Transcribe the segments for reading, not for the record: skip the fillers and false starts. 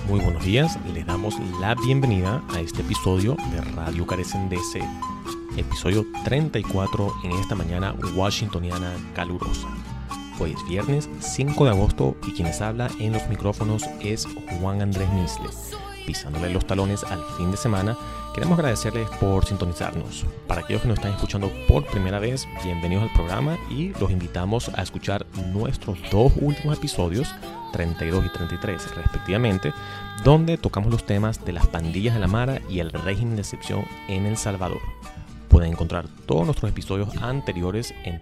Muy buenos días, les damos la bienvenida a este episodio de Radio Carecen DC, episodio 34 en esta mañana washingtoniana calurosa. Hoy es viernes 5 de agosto y quien les habla en los micrófonos es Juan Andrés Misle. Pisándole los talones al fin de semana, queremos agradecerles por sintonizarnos. Para aquellos que nos están escuchando por primera vez, bienvenidos al programa y los invitamos a escuchar nuestros dos últimos episodios, 32 y 33 respectivamente, donde tocamos los temas de las pandillas de la Mara y el régimen de excepción en El Salvador. Pueden encontrar todos nuestros episodios anteriores en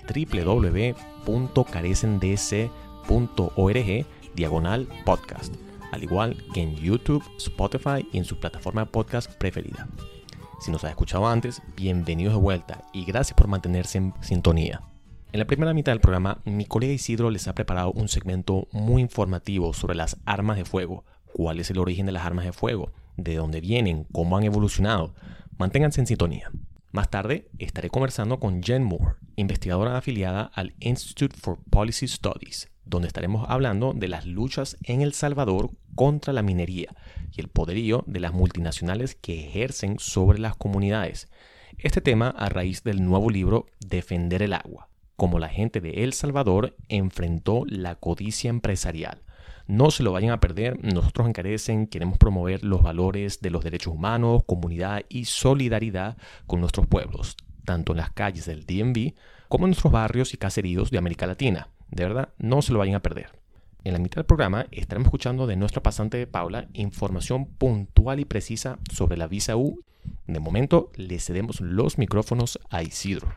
www.carecendc.org/podcast, al igual que en YouTube, Spotify y en su plataforma de podcast preferida. Si nos has escuchado antes, bienvenidos de vuelta y gracias por mantenerse en sintonía. En la primera mitad del programa, mi colega Isidro les ha preparado un segmento muy informativo sobre las armas de fuego, cuál es el origen de las armas de fuego, de dónde vienen, cómo han evolucionado. Manténganse en sintonía. Más tarde estaré conversando con Jen Moore, investigadora afiliada al Institute for Policy Studies, donde estaremos hablando de las luchas en El Salvador contra la minería y el poderío de las multinacionales que ejercen sobre las comunidades. Este tema a raíz del nuevo libro Defender el agua, cómo la gente de El Salvador enfrentó la codicia empresarial. No se lo vayan a perder, nosotros en Carecen queremos promover los valores de los derechos humanos, comunidad y solidaridad con nuestros pueblos, tanto en las calles del DMV como en nuestros barrios y caseríos de América Latina. De verdad, no se lo vayan a perder. En la mitad del programa estaremos escuchando de nuestra pasante de Paula información puntual y precisa sobre la visa U. De momento, le cedemos los micrófonos a Isidro.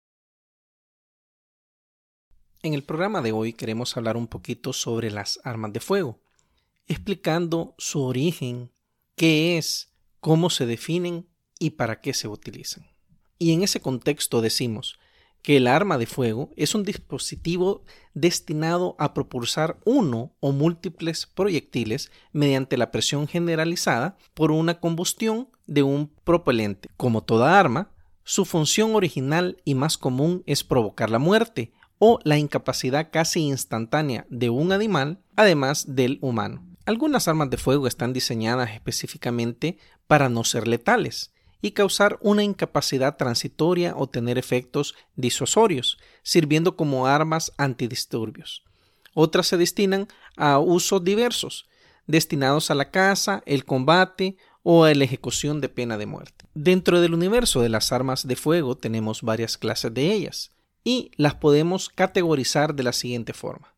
En el programa de hoy queremos hablar un poquito sobre las armas de fuego, explicando su origen, qué es, cómo se definen y para qué se utilizan. Y en ese contexto decimos que el arma de fuego es un dispositivo destinado a propulsar uno o múltiples proyectiles mediante la presión generalizada por una combustión de un propelente. Como toda arma, su función original y más común es provocar la muerte o la incapacidad casi instantánea de un animal, además del humano. Algunas armas de fuego están diseñadas específicamente para no ser letales y causar una incapacidad transitoria o tener efectos disuasorios, sirviendo como armas antidisturbios. Otras se destinan a usos diversos, destinados a la caza, el combate o a la ejecución de pena de muerte. Dentro del universo de las armas de fuego tenemos varias clases de ellas, y las podemos categorizar de la siguiente forma: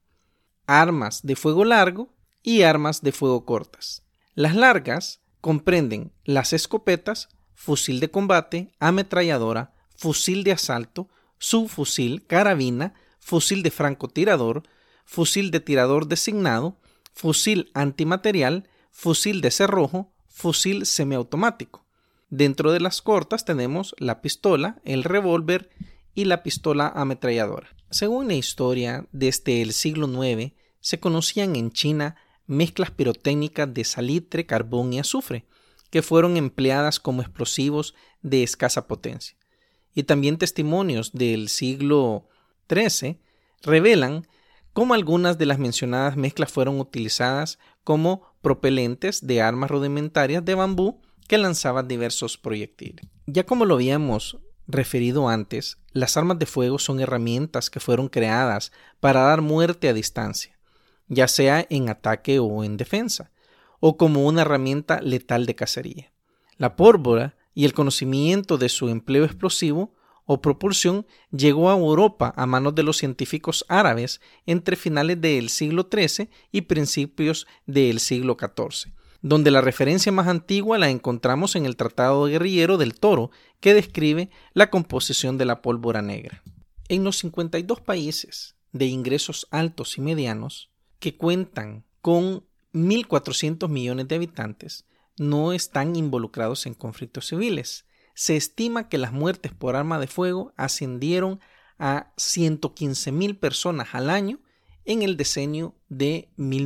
armas de fuego largo y armas de fuego cortas. Las largas comprenden las escopetas, fusil de combate, ametralladora, fusil de asalto, subfusil, carabina, fusil de francotirador, fusil de tirador designado, fusil antimaterial, fusil de cerrojo, fusil semiautomático. Dentro de las cortas tenemos la pistola, el revólver y la pistola ametralladora. Según la historia, desde el siglo IX se conocían en China mezclas pirotécnicas de salitre, carbón y azufre, que fueron empleadas como explosivos de escasa potencia. Y también testimonios del siglo XIII revelan cómo algunas de las mencionadas mezclas fueron utilizadas como propelentes de armas rudimentarias de bambú que lanzaban diversos proyectiles. Ya como lo habíamos referido antes, las armas de fuego son herramientas que fueron creadas para dar muerte a distancia, ya sea en ataque o en defensa, o como una herramienta letal de cacería. La pólvora y el conocimiento de su empleo explosivo o propulsión llegó a Europa a manos de los científicos árabes entre finales del siglo XIII y principios del siglo XIV, donde la referencia más antigua la encontramos en el Tratado Guerrillero del Toro, que describe la composición de la pólvora negra. En los 52 países de ingresos altos y medianos, que cuentan con 1.400 millones de habitantes, no están involucrados en conflictos civiles. Se estima que las muertes por arma de fuego ascendieron a 115.000 personas al año en el decenio de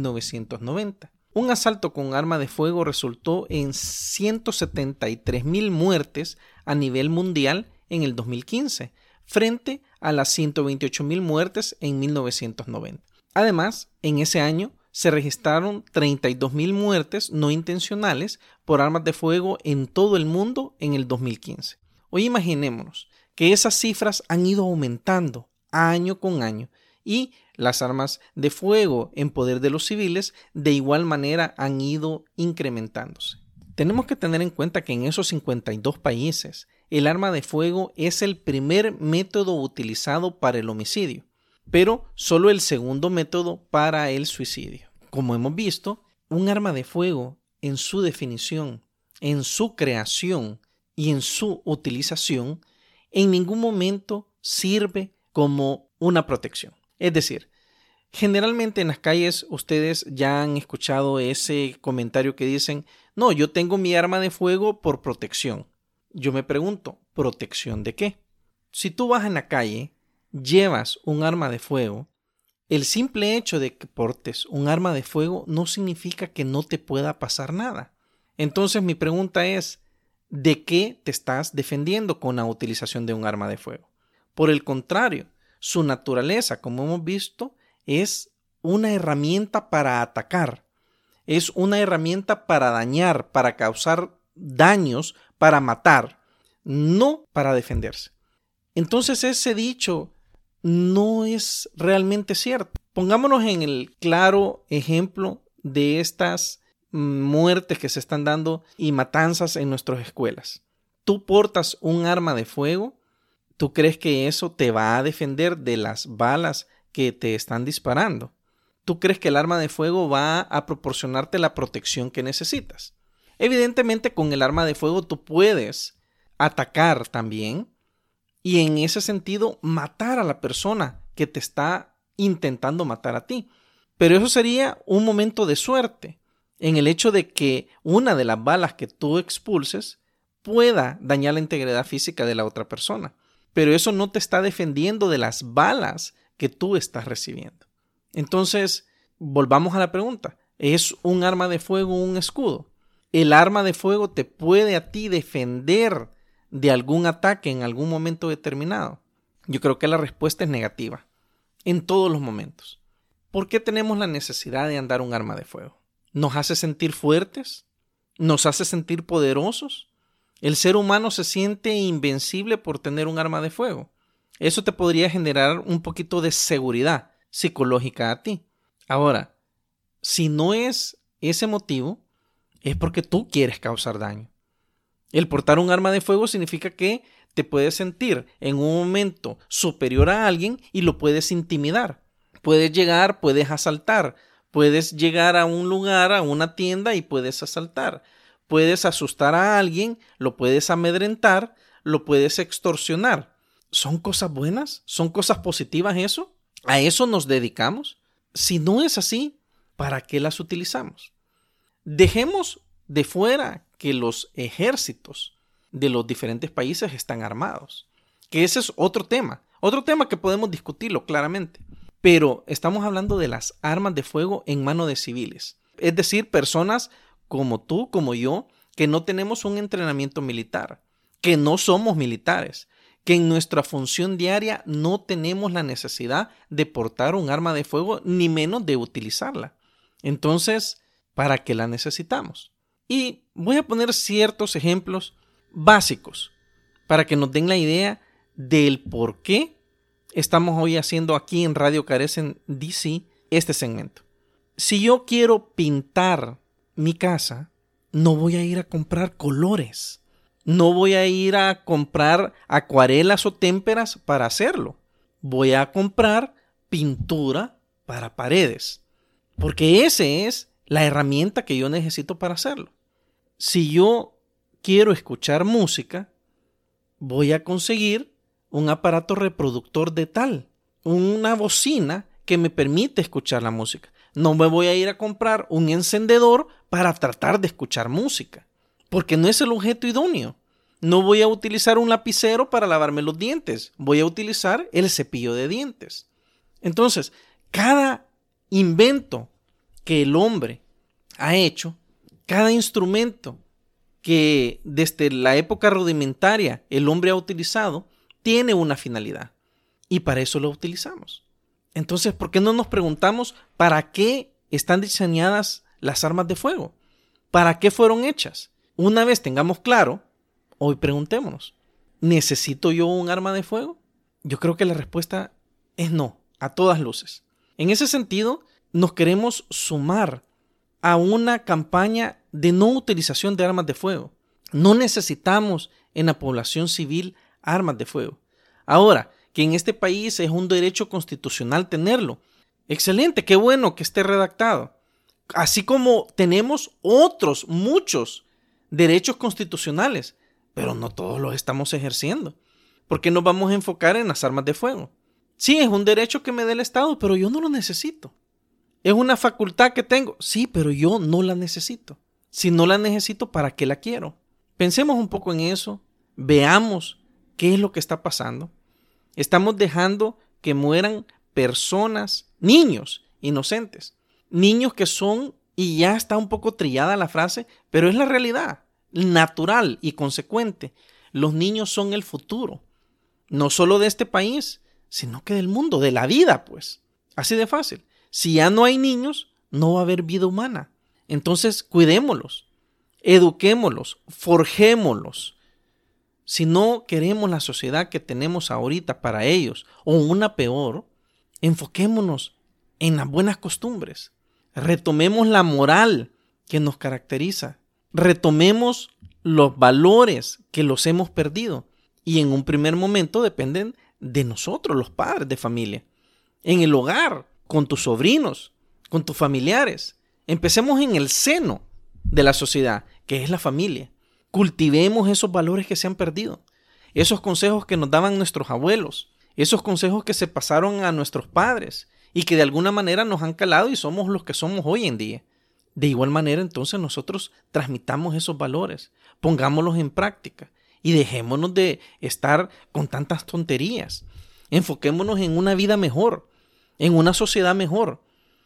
1990. Un asalto con arma de fuego resultó en 173.000 muertes a nivel mundial en el 2015, frente a las 128.000 muertes en 1990. Además, en ese año se registraron 32,000 muertes no intencionales por armas de fuego en todo el mundo en el 2015. Hoy imaginémonos que esas cifras han ido aumentando año con año y las armas de fuego en poder de los civiles de igual manera han ido incrementándose. Tenemos que tener en cuenta que en esos 52 países el arma de fuego es el primer método utilizado para el homicidio, pero solo el segundo método para el suicidio. Como hemos visto, un arma de fuego en su definición, en su creación y en su utilización, en ningún momento sirve como una protección. Es decir, generalmente en las calles ustedes ya han escuchado ese comentario que dicen: no, yo tengo mi arma de fuego por protección. Yo me pregunto, ¿protección de qué? Si tú vas en la calle, llevas un arma de fuego, el simple hecho de que portes un arma de fuego no significa que no te pueda pasar nada. Entonces mi pregunta es, ¿de qué te estás defendiendo con la utilización de un arma de fuego? Por el contrario, su naturaleza, como hemos visto, es una herramienta para atacar, es una herramienta para dañar, para causar daños, para matar, no para defenderse. Entonces ese dicho no es realmente cierto. Pongámonos en el claro ejemplo de estas muertes que se están dando y matanzas en nuestras escuelas. Tú portas un arma de fuego, ¿tú crees que eso te va a defender de las balas que te están disparando? ¿Tú crees que el arma de fuego va a proporcionarte la protección que necesitas? Evidentemente, con el arma de fuego tú puedes atacar también y en ese sentido matar a la persona que te está intentando matar a ti. Pero eso sería un momento de suerte en el hecho de que una de las balas que tú expulses pueda dañar la integridad física de la otra persona. Pero eso no te está defendiendo de las balas que tú estás recibiendo. Entonces, volvamos a la pregunta. ¿Es un arma de fuego un escudo? ¿El arma de fuego te puede a ti defender de algún ataque en algún momento determinado? Yo creo que la respuesta es negativa, en todos los momentos. ¿Por qué tenemos la necesidad de andar un arma de fuego? ¿Nos hace sentir fuertes? ¿Nos hace sentir poderosos? El ser humano se siente invencible por tener un arma de fuego. Eso te podría generar un poquito de seguridad psicológica a ti. Ahora, si no es ese motivo, es porque tú quieres causar daño. El portar un arma de fuego significa que te puedes sentir en un momento superior a alguien y lo puedes intimidar. Puedes llegar, puedes asaltar. Puedes llegar a un lugar, a una tienda y puedes asaltar. Puedes asustar a alguien, lo puedes amedrentar, lo puedes extorsionar. ¿Son cosas buenas? ¿Son cosas positivas eso? ¿A eso nos dedicamos? Si no es así, ¿para qué las utilizamos? Dejemos de fuera que los ejércitos de los diferentes países están armados, que ese es otro tema que podemos discutirlo claramente, pero estamos hablando de las armas de fuego en manos de civiles, es decir, personas como tú, como yo, que no tenemos un entrenamiento militar, que no somos militares, que en nuestra función diaria no tenemos la necesidad de portar un arma de fuego, ni menos de utilizarla. Entonces, ¿para qué la necesitamos? Y voy a poner ciertos ejemplos básicos para que nos den la idea del por qué estamos hoy haciendo aquí en Radio Carecen DC este segmento. Si yo quiero pintar mi casa, no voy a ir a comprar colores. No voy a ir a comprar acuarelas o témperas para hacerlo. Voy a comprar pintura para paredes, porque esa es la herramienta que yo necesito para hacerlo. Si yo quiero escuchar música, voy a conseguir un aparato reproductor de tal, una bocina que me permite escuchar la música. No me voy a ir a comprar un encendedor para tratar de escuchar música, porque no es el objeto idóneo. No voy a utilizar un lapicero para lavarme los dientes, voy a utilizar el cepillo de dientes. Entonces, cada invento que el hombre ha hecho, cada instrumento que desde la época rudimentaria el hombre ha utilizado, tiene una finalidad y para eso lo utilizamos. Entonces, ¿por qué no nos preguntamos para qué están diseñadas las armas de fuego? ¿Para qué fueron hechas? Una vez tengamos claro, hoy preguntémonos, ¿necesito yo un arma de fuego? Yo creo que la respuesta es no, a todas luces. En ese sentido, nos queremos sumar a una campaña de no utilización de armas de fuego. No necesitamos en la población civil armas de fuego. Ahora, que en este país es un derecho constitucional tenerlo. Excelente, qué bueno que esté redactado. Así como tenemos otros, muchos derechos constitucionales, pero no todos los estamos ejerciendo. ¿Por qué nos vamos a enfocar en las armas de fuego? Sí, es un derecho que me da el Estado, pero yo no lo necesito. Es una facultad que tengo, sí, pero yo no la necesito. Si no la necesito, ¿para qué la quiero? Pensemos un poco en eso, veamos qué es lo que está pasando. Estamos dejando que mueran personas, niños inocentes, niños que son, y ya está un poco trillada la frase, pero es la realidad, natural y consecuente. Los niños son el futuro, no solo de este país, sino que del mundo, de la vida, pues. Así de fácil. Si ya no hay niños, no va a haber vida humana. Entonces, cuidémoslos, eduquémoslos, forjémoslos. Si no queremos la sociedad que tenemos ahorita para ellos, o una peor, enfoquémonos en las buenas costumbres. Retomemos la moral que nos caracteriza. Retomemos los valores que los hemos perdido. Y en un primer momento dependen de nosotros, los padres de familia. En el hogar, con tus sobrinos, con tus familiares. Empecemos en el seno de la sociedad, que es la familia. Cultivemos esos valores que se han perdido. Esos consejos que nos daban nuestros abuelos. Esos consejos que se pasaron a nuestros padres y que de alguna manera nos han calado y somos los que somos hoy en día. De igual manera, entonces, nosotros transmitamos esos valores, pongámoslos en práctica y dejémonos de estar con tantas tonterías. Enfoquémonos en una vida mejor, en una sociedad mejor.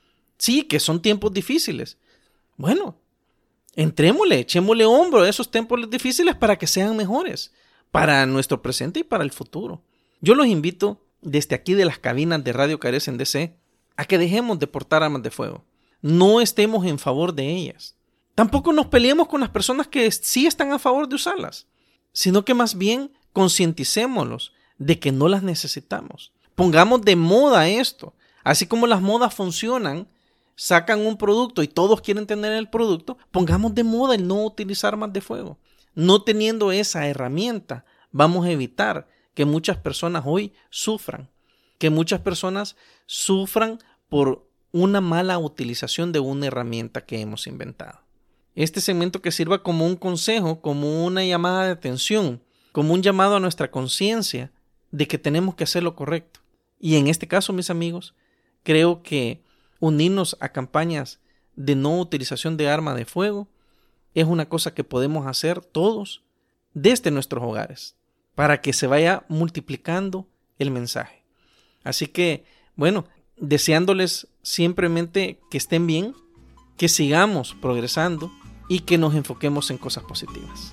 Sí, que son tiempos difíciles. Bueno, entrémosle, echémosle hombro a esos tiempos difíciles para que sean mejores, para nuestro presente y para el futuro. Yo los invito desde aquí de las cabinas de Radio Carecen DC a que dejemos de portar armas de fuego. No estemos en favor de ellas. Tampoco nos peleemos con las personas que sí están a favor de usarlas, sino que más bien concienticémoslos de que no las necesitamos. Pongamos de moda esto. Así como las modas funcionan, sacan un producto y todos quieren tener el producto, pongamos de moda el no utilizar armas de fuego. No teniendo esa herramienta, vamos a evitar que muchas personas hoy sufran, que muchas personas sufran por una mala utilización de una herramienta que hemos inventado. Este segmento que sirva como un consejo, como una llamada de atención, como un llamado a nuestra conciencia de que tenemos que hacer lo correcto. Y en este caso, mis amigos, creo que unirnos a campañas de no utilización de arma de fuego es una cosa que podemos hacer todos desde nuestros hogares para que se vaya multiplicando el mensaje. Así que, bueno, deseándoles simplemente que estén bien, que sigamos progresando y que nos enfoquemos en cosas positivas.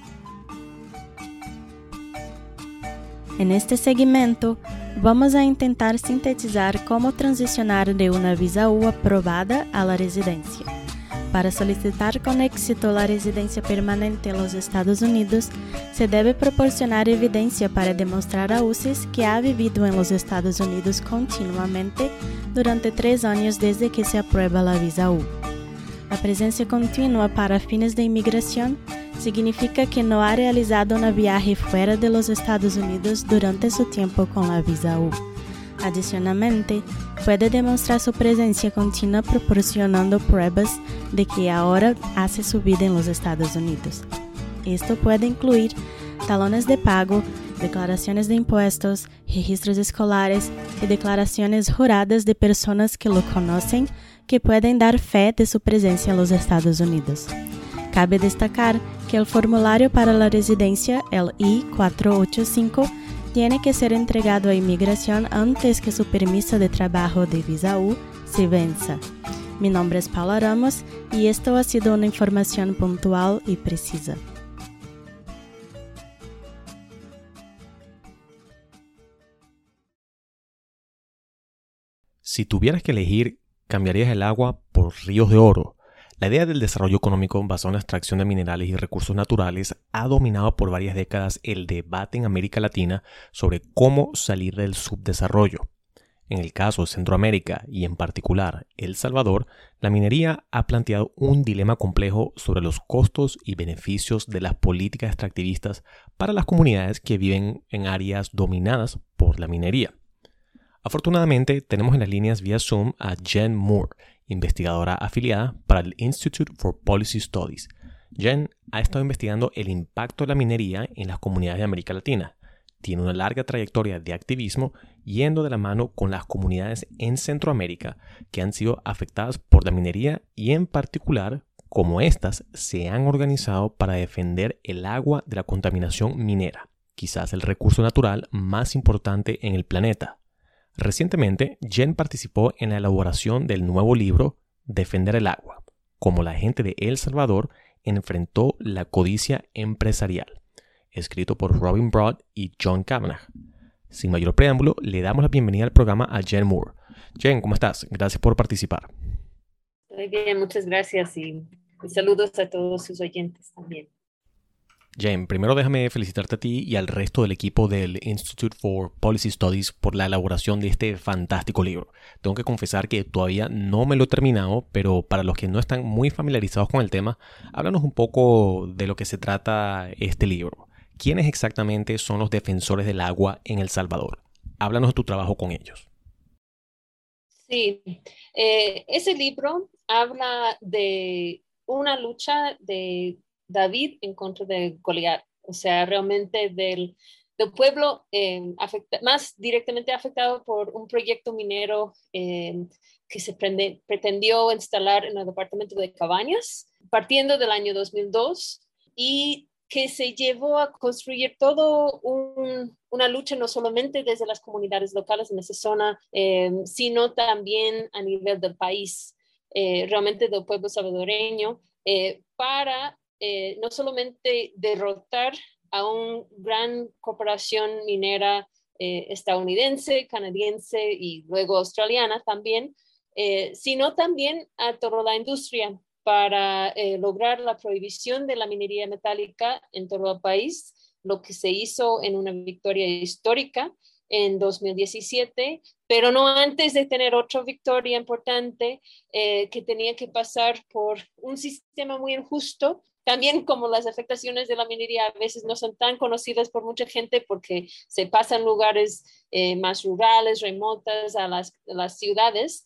En este segmento, vamos a intentar sintetizar cómo transicionar de una visa U aprobada a la residencia. Para solicitar con éxito la residencia permanente en los Estados Unidos, se debe proporcionar evidencia para demostrar a UCIS que ha vivido en los Estados Unidos continuamente durante 3 años desde que se aprueba la visa U. La presencia continua para fines de inmigración significa que no ha realizado una viaje fuera de los Estados Unidos durante su tiempo con la visa U. Adicionalmente, puede demostrar su presencia continua proporcionando pruebas de que ahora hace su vida en los Estados Unidos. Esto puede incluir talones de pago, declaraciones de impuestos, registros escolares y declaraciones juradas de personas que lo conocen que pueden dar fe de su presencia en los Estados Unidos. Cabe destacar que el formulario para la residencia, el I-485, tiene que ser entregado a inmigración antes que su permiso de trabajo de visa U se venza. Mi nombre es Paula Ramos y esto ha sido una información puntual y precisa. Si tuvieras que elegir ¿Cambiarías el agua por ríos de oro? La idea del desarrollo económico basado en la extracción de minerales y recursos naturales ha dominado por varias décadas el debate en América Latina sobre cómo salir del subdesarrollo. En el caso de Centroamérica y en particular El Salvador, la minería ha planteado un dilema complejo sobre los costos y beneficios de las políticas extractivistas para las comunidades que viven en áreas dominadas por la minería. Afortunadamente, tenemos en las líneas vía Zoom a Jen Moore, investigadora afiliada para el Institute for Policy Studies. Jen ha estado investigando el impacto de la minería en las comunidades de América Latina. Tiene una larga trayectoria de activismo yendo de la mano con las comunidades en Centroamérica que han sido afectadas por la minería y en particular cómo éstas se han organizado para defender el agua de la contaminación minera, quizás el recurso natural más importante en el planeta. Recientemente, Jen participó en la elaboración del nuevo libro Defender el agua, cómo la gente de El Salvador enfrentó la codicia empresarial, escrito por Robin Broad y John Kavanagh. Sin mayor preámbulo, le damos la bienvenida al programa a Jen Moore. Jen, ¿cómo estás? Gracias por participar. Muy bien, muchas gracias y saludos a todos sus oyentes también. Jen, primero déjame felicitarte a ti y al resto del equipo del Institute for Policy Studies por la elaboración de este fantástico libro. Tengo que confesar que todavía no me lo he terminado, pero para los que no están muy familiarizados con el tema, háblanos un poco de lo que se trata este libro. ¿Quiénes exactamente son los defensores del agua en El Salvador? Háblanos de tu trabajo con ellos. Sí, ese libro habla de una lucha de David en contra de Goliat, o sea, realmente del pueblo más directamente afectado por un proyecto minero que se pretendió instalar en el departamento de Cabañas, partiendo del año 2002 y que se llevó a construir todo una lucha no solamente desde las comunidades locales en esa zona, sino también a nivel del país, realmente del pueblo salvadoreño, para no solamente derrotar a una gran corporación minera estadounidense, canadiense y luego australiana también, sino también a toda la industria para lograr la prohibición de la minería metálica en todo el país, lo que se hizo en una victoria histórica en 2017, pero no antes de tener otra victoria importante que tenía que pasar por un sistema muy injusto. También como las afectaciones de la minería a veces no son tan conocidas por mucha gente porque se pasan lugares más rurales, remotas a las ciudades.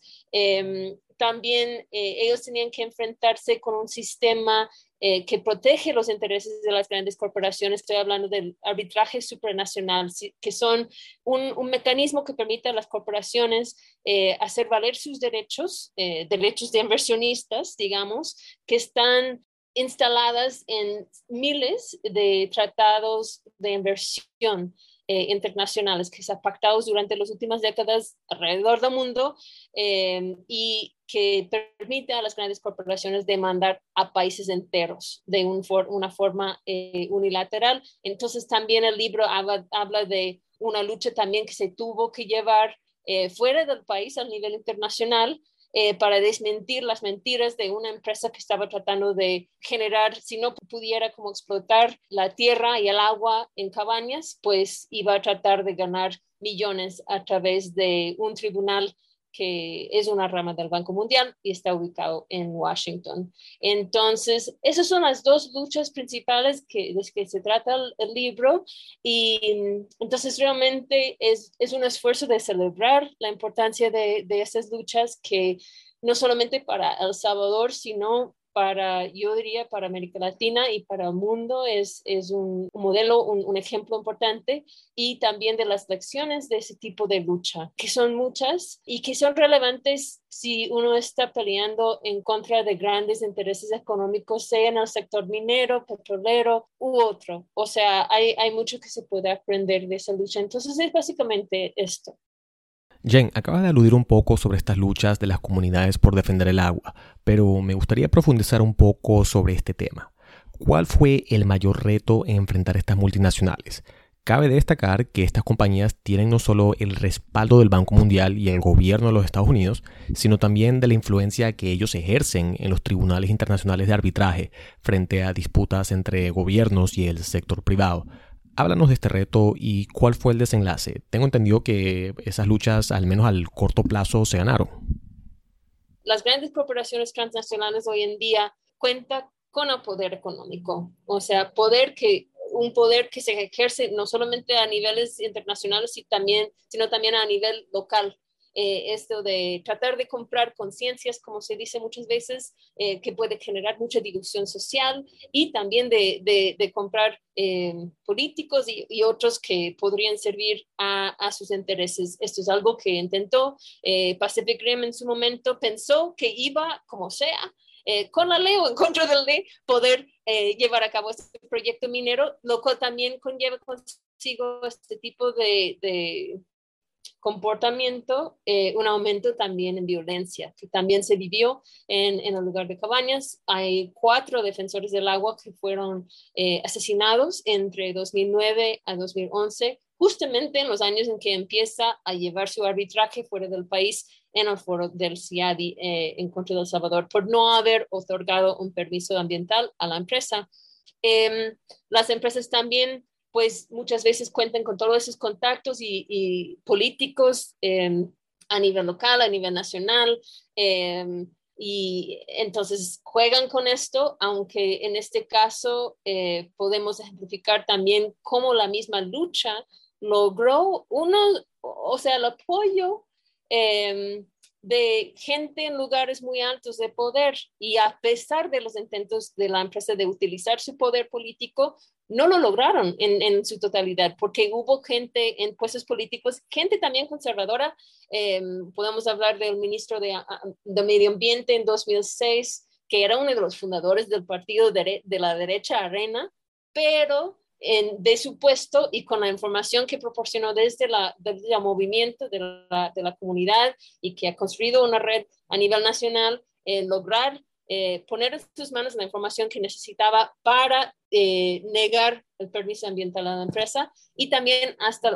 También ellos tenían que enfrentarse con un sistema que protege los intereses de las grandes corporaciones. Estoy hablando del arbitraje supranacional, que son un mecanismo que permite a las corporaciones hacer valer sus derechos, derechos de inversionistas, digamos, que están instaladas en miles de tratados de inversión internacionales que se han pactado durante las últimas décadas alrededor del mundo y que permite a las grandes corporaciones demandar a países enteros de una forma unilateral. Entonces también el libro habla de una lucha también que se tuvo que llevar fuera del país a nivel internacional para desmentir las mentiras de una empresa que estaba tratando de generar, si no pudiera como explotar la tierra y el agua en Cabañas, pues iba a tratar de ganar millones a través de un tribunal que es una rama del Banco Mundial y está ubicado en Washington. Entonces, esas son las dos luchas principales de las que se trata el libro y entonces realmente es un esfuerzo de celebrar la importancia de esas luchas que no solamente para El Salvador, sino yo diría, para América Latina y para el mundo es un modelo, un ejemplo importante y también de las lecciones de ese tipo de lucha, que son muchas y que son relevantes si uno está peleando en contra de grandes intereses económicos, sea en el sector minero, petrolero u otro. O sea, hay mucho que se puede aprender de esa lucha. Entonces es básicamente esto. Jen, acabas de aludir un poco sobre estas luchas de las comunidades por defender el agua, pero me gustaría profundizar un poco sobre este tema. ¿Cuál fue el mayor reto en enfrentar estas multinacionales? Cabe destacar que estas compañías tienen no solo el respaldo del Banco Mundial y el gobierno de los Estados Unidos, sino también de la influencia que ellos ejercen en los tribunales internacionales de arbitraje frente a disputas entre gobiernos y el sector privado. Háblanos de este reto y cuál fue el desenlace. Tengo entendido que esas luchas, al menos al corto plazo, se ganaron. Las grandes corporaciones transnacionales hoy en día cuentan con el poder económico, o sea, un poder que se ejerce no solamente a niveles internacionales, sino también a nivel local. Esto de tratar de comprar conciencias, como se dice muchas veces, que puede generar mucha división social, y también de comprar políticos y otros que podrían servir a sus intereses. Esto es algo que intentó Pacific Rim en su momento, pensó que iba, como sea, con la ley o en contra de la ley, poder llevar a cabo este proyecto minero, lo cual también conlleva consigo este tipo de comportamiento, un aumento también en violencia, que también se vivió en el lugar de Cabañas. Hay 4 defensores del agua que fueron asesinados entre 2009 a 2011, justamente en los años en que empieza a llevar su arbitraje fuera del país en el foro del CIADI en contra de El Salvador, por no haber otorgado un permiso ambiental a la empresa. Las empresas también pues muchas veces cuentan con todos esos contactos y políticos a nivel local, a nivel nacional, y entonces juegan con esto, aunque en este caso podemos ejemplificar también cómo la misma lucha logró o sea, el apoyo de gente en lugares muy altos de poder, y a pesar de los intentos de la empresa de utilizar su poder político, no lo lograron en su totalidad, porque hubo gente en puestos políticos, gente también conservadora. Podemos hablar del ministro de Medio Ambiente en 2006, que era uno de los fundadores del partido de la derecha Arena, pero de su puesto y con la información que proporcionó desde el movimiento de la comunidad, y que ha construido una red a nivel nacional, lograr poner en sus manos la información que necesitaba para negar el permiso ambiental a la empresa, y también hasta el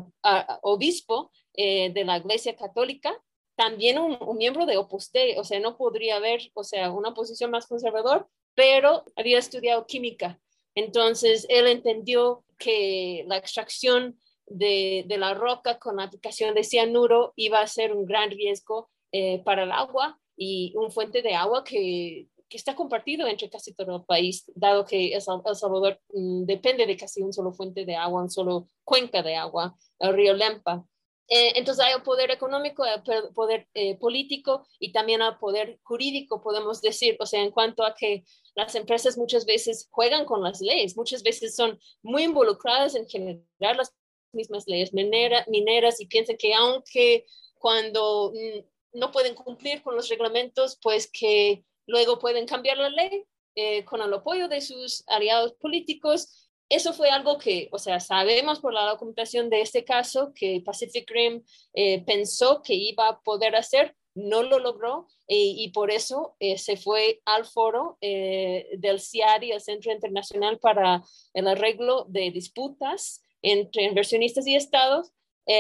obispo de la Iglesia Católica, también un miembro de Opus Dei, o sea, no podría haber, o sea, una posición más conservadora, pero había estudiado química. Entonces, él entendió que la extracción de la roca con la aplicación de cianuro iba a ser un gran riesgo para el agua, y un fuente de agua que está compartido entre casi todo el país, dado que El Salvador depende de casi un solo fuente de agua, un solo cuenca de agua, el río Lempa. Entonces hay el poder económico, el poder político, y también el poder jurídico, podemos decir, o sea, en cuanto a que las empresas muchas veces juegan con las leyes, muchas veces son muy involucradas en generar las mismas leyes mineras, y piensan que aunque cuando no pueden cumplir con los reglamentos, pues que luego pueden cambiar la ley con el apoyo de sus aliados políticos. Eso fue algo que, o sea, sabemos por la documentación de este caso que Pacific Rim pensó que iba a poder hacer, no lo logró, y por eso se fue al foro del CIADI, el Centro Internacional para el Arreglo de Disputas entre Inversionistas y Estados,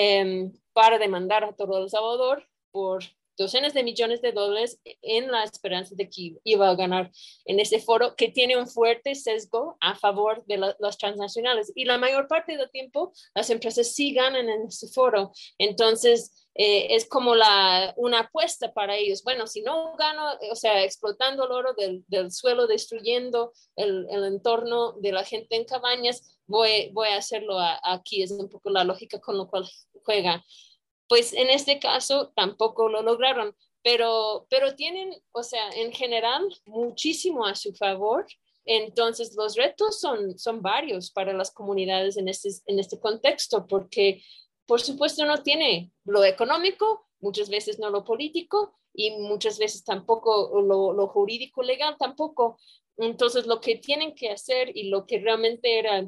para demandar a todo El Salvador por docenas de millones de dólares, en la esperanza de que iba a ganar en ese foro, que tiene un fuerte sesgo a favor de las transnacionales, y la mayor parte del tiempo las empresas sí ganan en ese foro. Entonces es como una apuesta para ellos. Bueno, si no gano, o sea, explotando el oro del suelo, destruyendo el entorno de la gente en Cabañas, voy a hacerlo aquí. Es un poco la lógica con lo cual juega. Pues en este caso tampoco lo lograron, pero tienen, o sea, en general, muchísimo a su favor. Entonces, los retos son varios para las comunidades en este contexto, porque, por supuesto, no tiene lo económico, muchas veces no lo político, y muchas veces tampoco lo jurídico legal tampoco. Entonces, lo que tienen que hacer, y lo que realmente era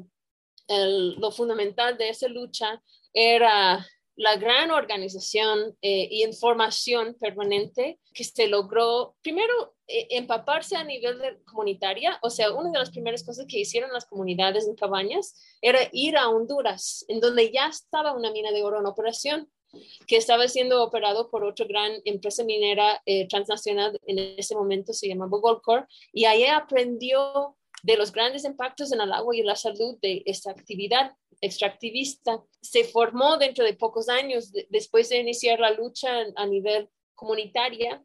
lo fundamental de esa lucha, era la gran organización e información permanente que se logró, primero empaparse a nivel comunitaria. O sea, una de las primeras cosas que hicieron las comunidades en Cabañas era ir a Honduras, en donde ya estaba una mina de oro en operación, que estaba siendo operado por otra gran empresa minera transnacional, en ese momento se llamaba Goldcorp, y ahí aprendió de los grandes impactos en el agua y la salud de esta actividad extractivista. Se formó dentro de pocos años, después de iniciar la lucha a nivel comunitaria,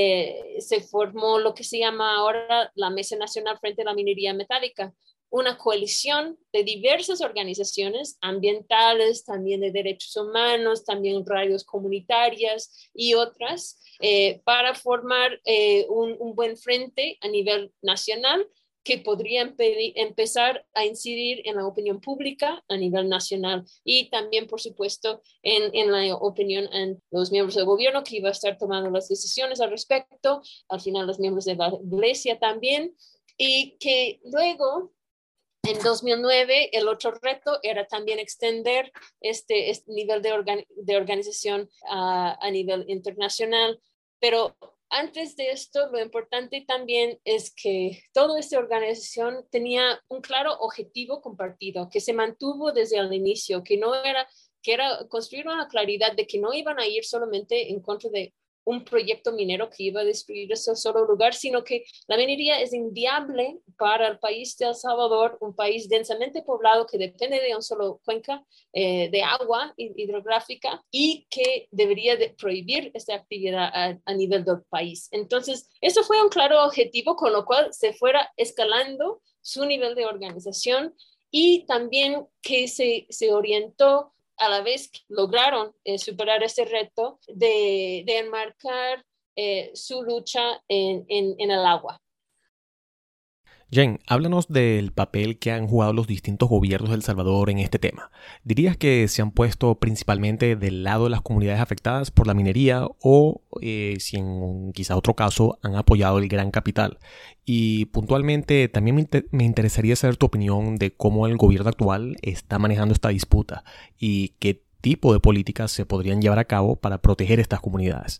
se formó lo que se llama ahora la Mesa Nacional frente a la Minería Metálica, una coalición de diversas organizaciones ambientales, también de derechos humanos, también radios comunitarias y otras, para formar un buen frente a nivel nacional que podría empezar a incidir en la opinión pública a nivel nacional y también, por supuesto, en la opinión de los miembros del gobierno que iba a estar tomando las decisiones al respecto, al final los miembros de la iglesia también, y que luego, en 2009, el otro reto era también extender este nivel de organización a nivel internacional, pero antes de esto, lo importante también es que toda esta organización tenía un claro objetivo compartido, que se mantuvo desde el inicio, que era construir una claridad de que no iban a ir solamente en contra de un proyecto minero que iba a destruir ese solo lugar, sino que la minería es inviable para el país de El Salvador, un país densamente poblado que depende de una solo cuenca de agua hidrográfica y que debería de prohibir esta actividad a nivel del país. Entonces, eso fue un claro objetivo con lo cual se fuera escalando su nivel de organización y también que se orientó a la vez que lograron superar este reto de enmarcar su lucha en el agua. Jen, háblanos del papel que han jugado los distintos gobiernos de El Salvador en este tema. ¿Dirías que se han puesto principalmente del lado de las comunidades afectadas por la minería o si en quizá otro caso han apoyado el gran capital? Y puntualmente también me interesaría saber tu opinión de cómo el gobierno actual está manejando esta disputa y qué tipo de políticas se podrían llevar a cabo para proteger estas comunidades.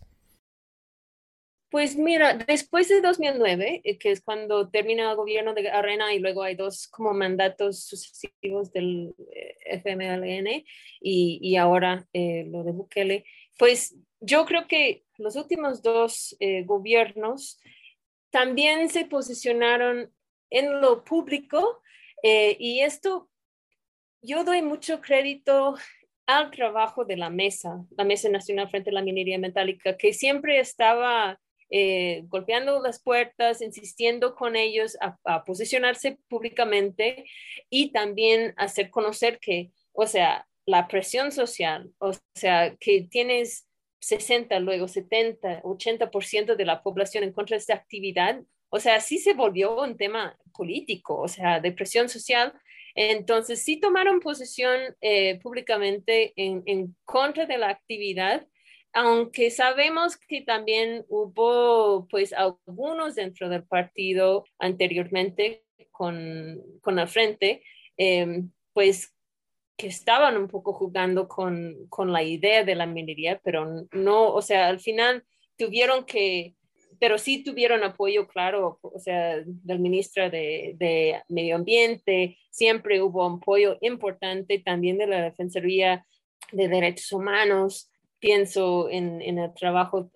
Pues mira, después de 2009, que es cuando termina el gobierno de Arena y luego hay dos como mandatos sucesivos del FMLN y ahora lo de Bukele, pues yo creo que los últimos dos gobiernos también se posicionaron en lo público y esto yo doy mucho crédito al trabajo de la Mesa Nacional frente a la Minería Metálica, que siempre estaba golpeando las puertas, insistiendo con ellos a posicionarse públicamente y también hacer conocer que, o sea, la presión social, o sea, que tienes 60, luego 70, 80% de la población en contra de esta actividad, o sea, sí se volvió un tema político, o sea, de presión social. Entonces, sí tomaron posición públicamente en contra de la actividad, aunque sabemos que también hubo pues algunos dentro del partido anteriormente con el frente, pues que estaban un poco jugando con la idea de la minería, pero no, o sea, al final tuvieron que, pero sí tuvieron apoyo, claro, o sea, del ministro de Medio Ambiente, siempre hubo un apoyo importante también de la Defensoría de Derechos Humanos. Pienso en el trabajo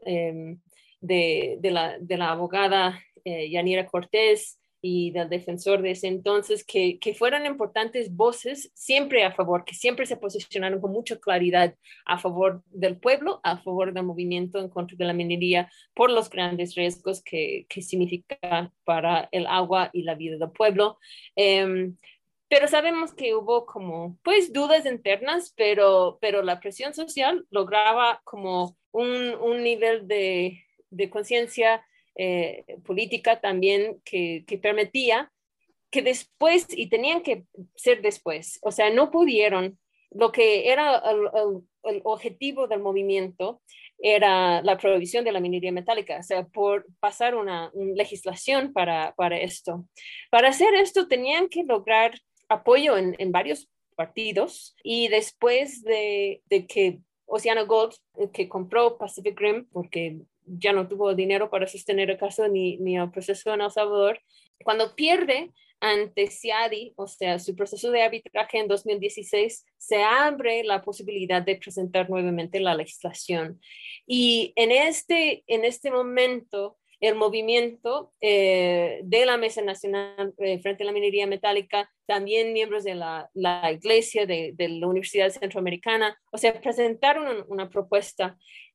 de la abogada Yanira Cortés y del defensor de ese entonces, que fueran importantes voces siempre a favor, que siempre se posicionaron con mucha claridad a favor del pueblo, a favor del movimiento en contra de la minería, por los grandes riesgos que significa para el agua y la vida del pueblo. Pero sabemos que hubo como, pues, dudas internas, pero la presión social lograba como un nivel de conciencia política también que permitía que después, y tenían que ser después, o sea, no pudieron, lo que era el objetivo del movimiento era la prohibición de la minería metálica, o sea, por pasar una legislación para esto. Para hacer esto tenían que lograr apoyo en varios partidos y después de que Oceano Gold, que compró Pacific Rim, porque ya no tuvo dinero para sostener el caso ni el proceso en El Salvador. Cuando pierde ante CIADI, o sea, su proceso de arbitraje en 2016, se abre la posibilidad de presentar nuevamente la legislación. Y en este momento, el movimiento de la Mesa Nacional frente a la Minería Metálica, también miembros de la Iglesia, de la Universidad Centroamericana, o sea, presentaron una propuesta.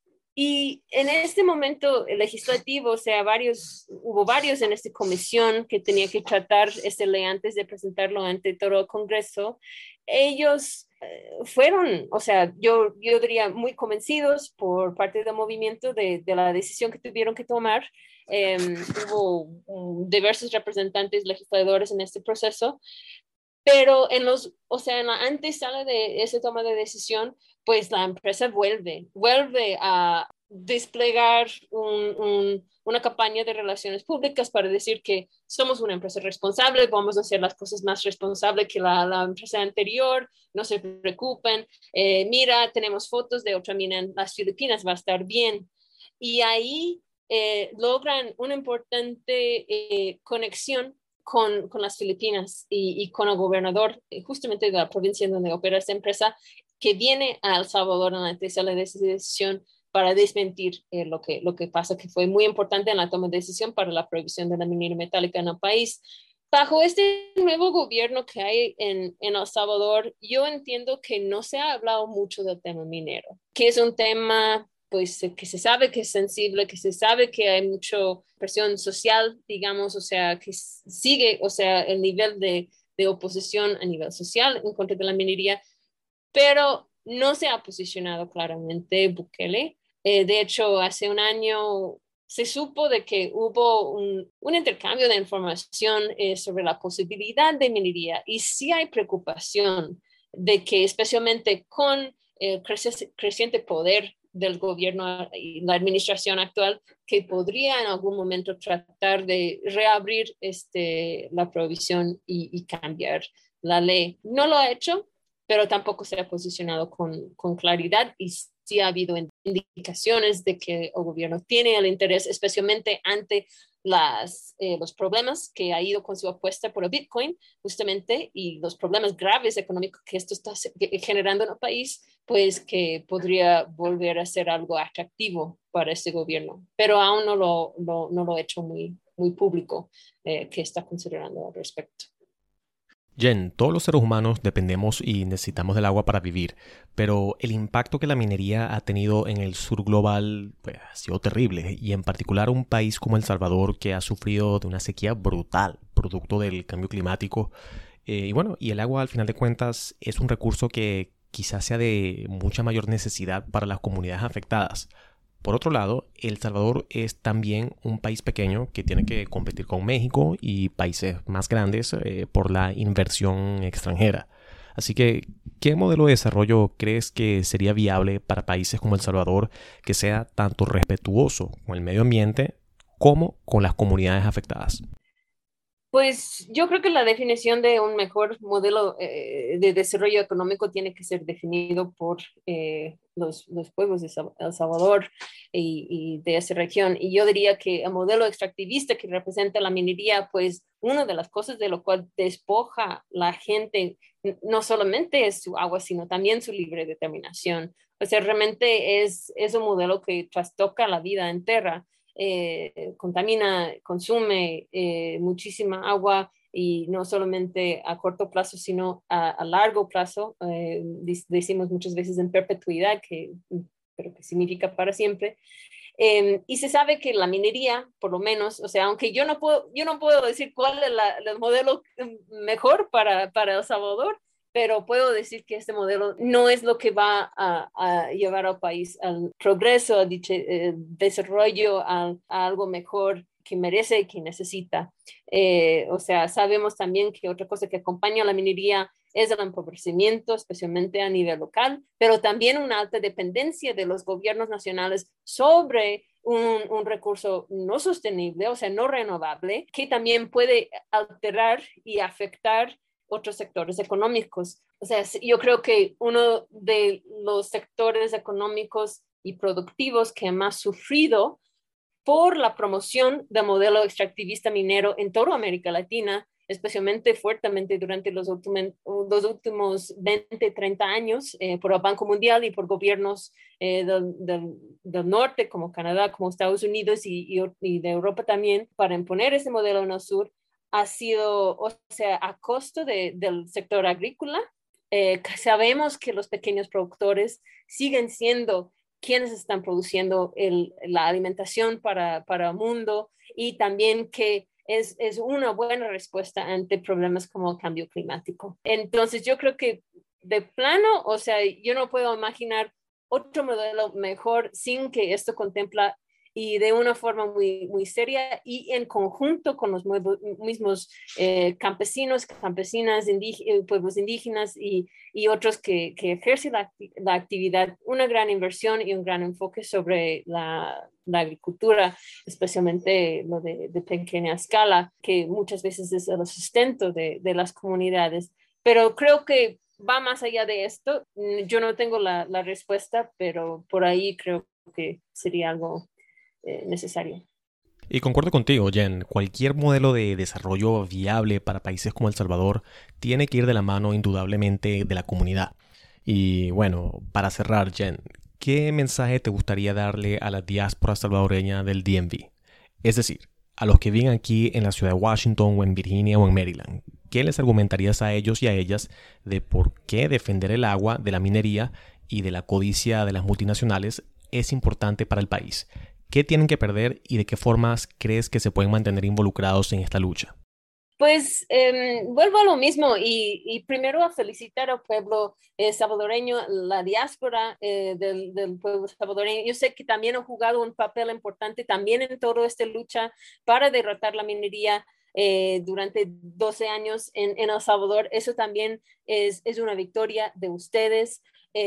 Y en este momento legislativo, o sea, hubo varios en esta comisión que tenía que tratar esta ley antes de presentarlo ante todo el Congreso. Ellos fueron, o sea, yo diría muy convencidos por parte del movimiento de la decisión que tuvieron que tomar. Hubo diversos representantes legisladores en este proceso, pero en la antesala de esa toma de decisión, pues la empresa vuelve a desplegar una campaña de relaciones públicas para decir que somos una empresa responsable, vamos a hacer las cosas más responsables que la empresa anterior, no se preocupen, mira, tenemos fotos de otra mina en las Filipinas, va a estar bien. Y ahí logran una importante conexión con las Filipinas y con el gobernador justamente de la provincia donde opera esta empresa, que viene a El Salvador en la antesala de esa decisión para desmentir lo que pasa, que fue muy importante en la toma de decisión para la prohibición de la minería metálica en el país. Bajo este nuevo gobierno que hay en El Salvador, yo entiendo que no se ha hablado mucho del tema minero, que es un tema pues que se sabe que es sensible, que se sabe que hay mucha presión social, digamos, o sea, que sigue, o sea, el nivel de oposición a nivel social en contra de la minería, pero no se ha posicionado claramente Bukele. De hecho, hace un año se supo de que hubo un intercambio de información sobre la posibilidad de minería y sí hay preocupación de que especialmente con el creciente poder del gobierno y la administración actual, que podría en algún momento tratar de reabrir la prohibición y cambiar la ley. No lo ha hecho, pero tampoco se ha posicionado con claridad y sí ha habido indicaciones de que el gobierno tiene el interés, especialmente ante los problemas que ha ido con su apuesta por el Bitcoin, justamente, y los problemas graves económicos que esto está generando en el país, pues que podría volver a ser algo atractivo para este gobierno. Pero aún no lo ha hecho muy, muy público que está considerando al respecto. Jen, todos los seres humanos dependemos y necesitamos del agua para vivir, pero el impacto que la minería ha tenido en el sur global pues, ha sido terrible, y en particular un país como El Salvador, que ha sufrido de una sequía brutal, producto del cambio climático. Y el agua, al final de cuentas, es un recurso que quizás sea de mucha mayor necesidad para las comunidades afectadas. Por otro lado, El Salvador es también un país pequeño que tiene que competir con México y países más grandes por la inversión extranjera. Así que, ¿qué modelo de desarrollo crees que sería viable para países como El Salvador, que sea tanto respetuoso con el medio ambiente como con las comunidades afectadas? Pues yo creo que la definición de un mejor modelo de desarrollo económico tiene que ser definido por los pueblos de El Salvador y de esa región. Y yo diría que el modelo extractivista que representa la minería, pues una de las cosas de lo cual despoja la gente no solamente es su agua, sino también su libre determinación. O sea, realmente es un modelo que trastoca la vida entera. Contamina, consume muchísima agua y no solamente a corto plazo, sino a largo plazo. Decimos muchas veces en perpetuidad, pero que significa para siempre. Y se sabe que la minería, por lo menos, o sea, aunque yo no puedo decir cuál es el modelo mejor para El Salvador, pero puedo decir que este modelo no es lo que va a llevar al país al progreso, al desarrollo, a algo mejor que merece y que necesita. O sea, sabemos también que otra cosa que acompaña a la minería es el empobrecimiento, especialmente a nivel local, pero también una alta dependencia de los gobiernos nacionales sobre un recurso no sostenible, o sea, no renovable, que también puede alterar y afectar otros sectores económicos. O sea, yo creo que uno de los sectores económicos y productivos que más sufrido por la promoción del modelo extractivista minero en toda América Latina, especialmente fuertemente durante los últimos 20, 30 años, por el Banco Mundial y por gobiernos del norte, como Canadá, como Estados Unidos y de Europa también, para imponer ese modelo en el sur, ha sido, o sea, a costo del sector agrícola. Sabemos que los pequeños productores siguen siendo quienes están produciendo la alimentación para el mundo, y también que es una buena respuesta ante problemas como el cambio climático. Entonces yo creo que de plano, o sea, yo no puedo imaginar otro modelo mejor sin que esto contempla y de una forma muy, muy seria y en conjunto con los mismos campesinos, campesinas, pueblos indígenas y otros que ejercen la actividad, una gran inversión y un gran enfoque sobre la agricultura, especialmente lo de pequeña escala, que muchas veces es el sustento de las comunidades. Pero creo que va más allá de esto. Yo no tengo la respuesta, pero por ahí creo que sería algo necesario. Y concuerdo contigo, Jen. Cualquier modelo de desarrollo viable para países como El Salvador tiene que ir de la mano indudablemente de la comunidad. Y bueno, para cerrar, Jen, ¿qué mensaje te gustaría darle a la diáspora salvadoreña del DMV? Es decir, a los que viven aquí en la ciudad de Washington o en Virginia o en Maryland. ¿Qué les argumentarías a ellos y a ellas de por qué defender el agua de la minería y de la codicia de las multinacionales es importante para el país? ¿Qué tienen que perder y de qué formas crees que se pueden mantener involucrados en esta lucha? Pues vuelvo a lo mismo y primero a felicitar al pueblo salvadoreño, la diáspora del pueblo salvadoreño. Yo sé que también han jugado un papel importante también en toda esta lucha para derrotar la minería durante 12 años en El Salvador. Eso también es una victoria de ustedes,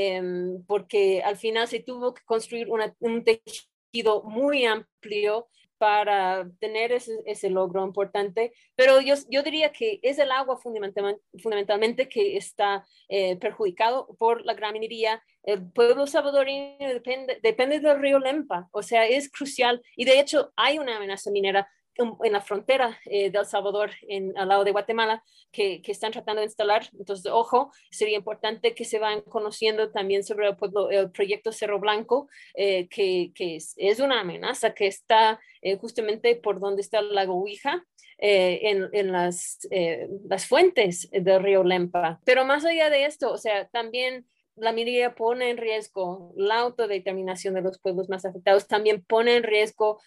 porque al final se tuvo que construir un tejido muy amplio para tener ese logro importante, pero yo diría que es el agua fundamentalmente que está perjudicado por la gran minería. El pueblo salvadoreño depende del río Lempa, o sea, es crucial, y de hecho hay una amenaza minera en la frontera de El Salvador, al lado de Guatemala, que están tratando de instalar. Entonces, ojo, sería importante que se vayan conociendo también sobre el proyecto Cerro Blanco, que es una amenaza que está justamente por donde está el lago Huija, en las fuentes del río Lempa. Pero más allá de esto, o sea, también la minería pone en riesgo la autodeterminación de los pueblos más afectados, también pone en riesgo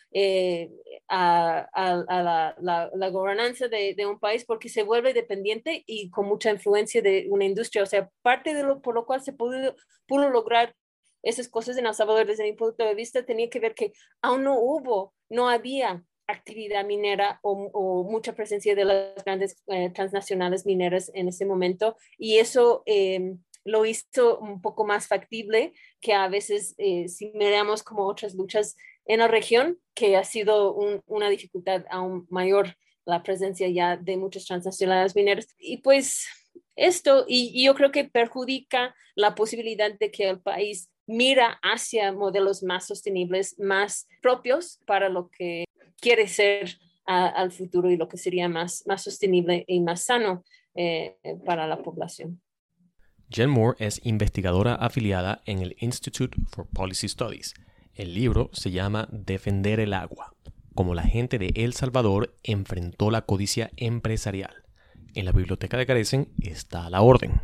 a la gobernanza de un país, porque se vuelve dependiente y con mucha influencia de una industria. O sea, parte de por lo cual se pudo lograr esas cosas en El Salvador desde mi punto de vista tenía que ver que aún no había actividad minera o mucha presencia de las grandes transnacionales mineras en ese momento, y eso lo hizo un poco más factible que a veces si miramos como otras luchas en la región, que ha sido una dificultad aún mayor la presencia ya de muchas transnacionales mineras. Y pues esto, y yo creo que perjudica la posibilidad de que el país mira hacia modelos más sostenibles, más propios para lo que quiere ser al futuro y lo que sería más sostenible y más sano para la población. Jen Moore es investigadora afiliada en el Institute for Policy Studies. El libro se llama Defender el agua, cómo la gente de El Salvador enfrentó la codicia empresarial. En la biblioteca de Carecen está a la orden.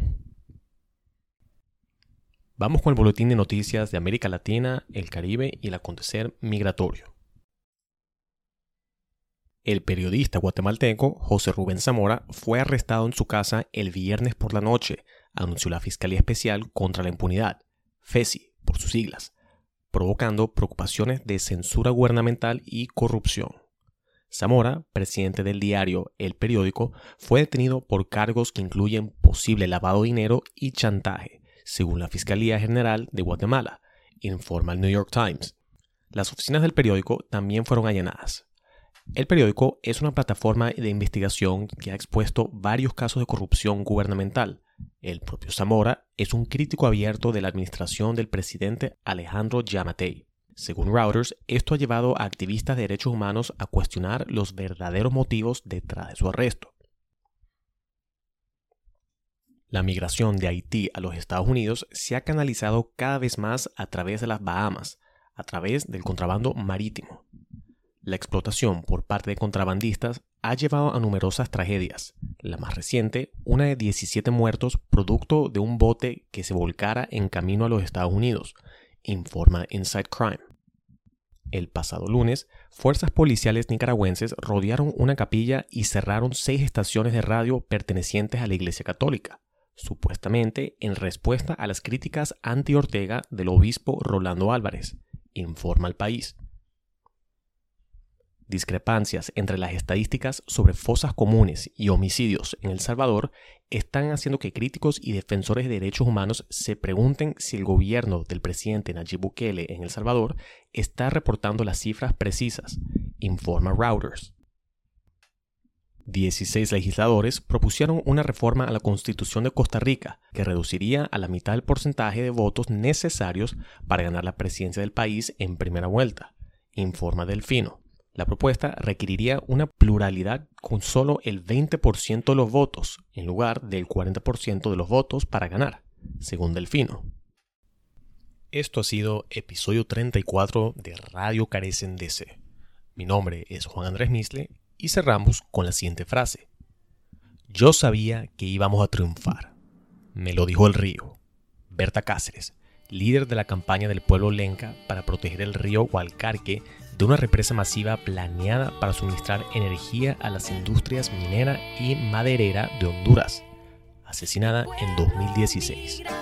Vamos con el boletín de noticias de América Latina, el Caribe y el acontecer migratorio. El periodista guatemalteco José Rubén Zamora fue arrestado en su casa el viernes por la noche, anunció la Fiscalía Especial contra la Impunidad, FESI por sus siglas, provocando preocupaciones de censura gubernamental y corrupción. Zamora, presidente del diario El Periódico, fue detenido por cargos que incluyen posible lavado de dinero y chantaje, según la Fiscalía General de Guatemala, informa el New York Times. Las oficinas del periódico también fueron allanadas. El periódico es una plataforma de investigación que ha expuesto varios casos de corrupción gubernamental. El propio Zamora es un crítico abierto de la administración del presidente Alejandro Giammattei. Según Reuters, esto ha llevado a activistas de derechos humanos a cuestionar los verdaderos motivos detrás de su arresto. La migración de Haití a los Estados Unidos se ha canalizado cada vez más a través de las Bahamas, a través del contrabando marítimo. La explotación por parte de contrabandistas ha llevado a numerosas tragedias. La más reciente, una de 17 muertos producto de un bote que se volcara en camino a los Estados Unidos, informa Inside Crime. El pasado lunes, fuerzas policiales nicaragüenses rodearon una capilla y cerraron 6 estaciones de radio pertenecientes a la Iglesia Católica, supuestamente en respuesta a las críticas anti-Ortega del obispo Rolando Álvarez, informa El País. Discrepancias entre las estadísticas sobre fosas comunes y homicidios en El Salvador están haciendo que críticos y defensores de derechos humanos se pregunten si el gobierno del presidente Nayib Bukele en El Salvador está reportando las cifras precisas, informa Reuters. 16 legisladores propusieron una reforma a la Constitución de Costa Rica que reduciría a la mitad el porcentaje de votos necesarios para ganar la presidencia del país en primera vuelta, informa Delfino. La propuesta requeriría una pluralidad con solo el 20% de los votos, en lugar del 40% de los votos para ganar, según Delfino. Esto ha sido episodio 34 de Radio Carecen DC. Mi nombre es Juan Andrés Misle y cerramos con la siguiente frase. Yo sabía que íbamos a triunfar. Me lo dijo el río. Berta Cáceres, líder de la campaña del pueblo lenca para proteger el río Hualcarque de una represa masiva planeada para suministrar energía a las industrias minera y maderera de Honduras, asesinada en 2016.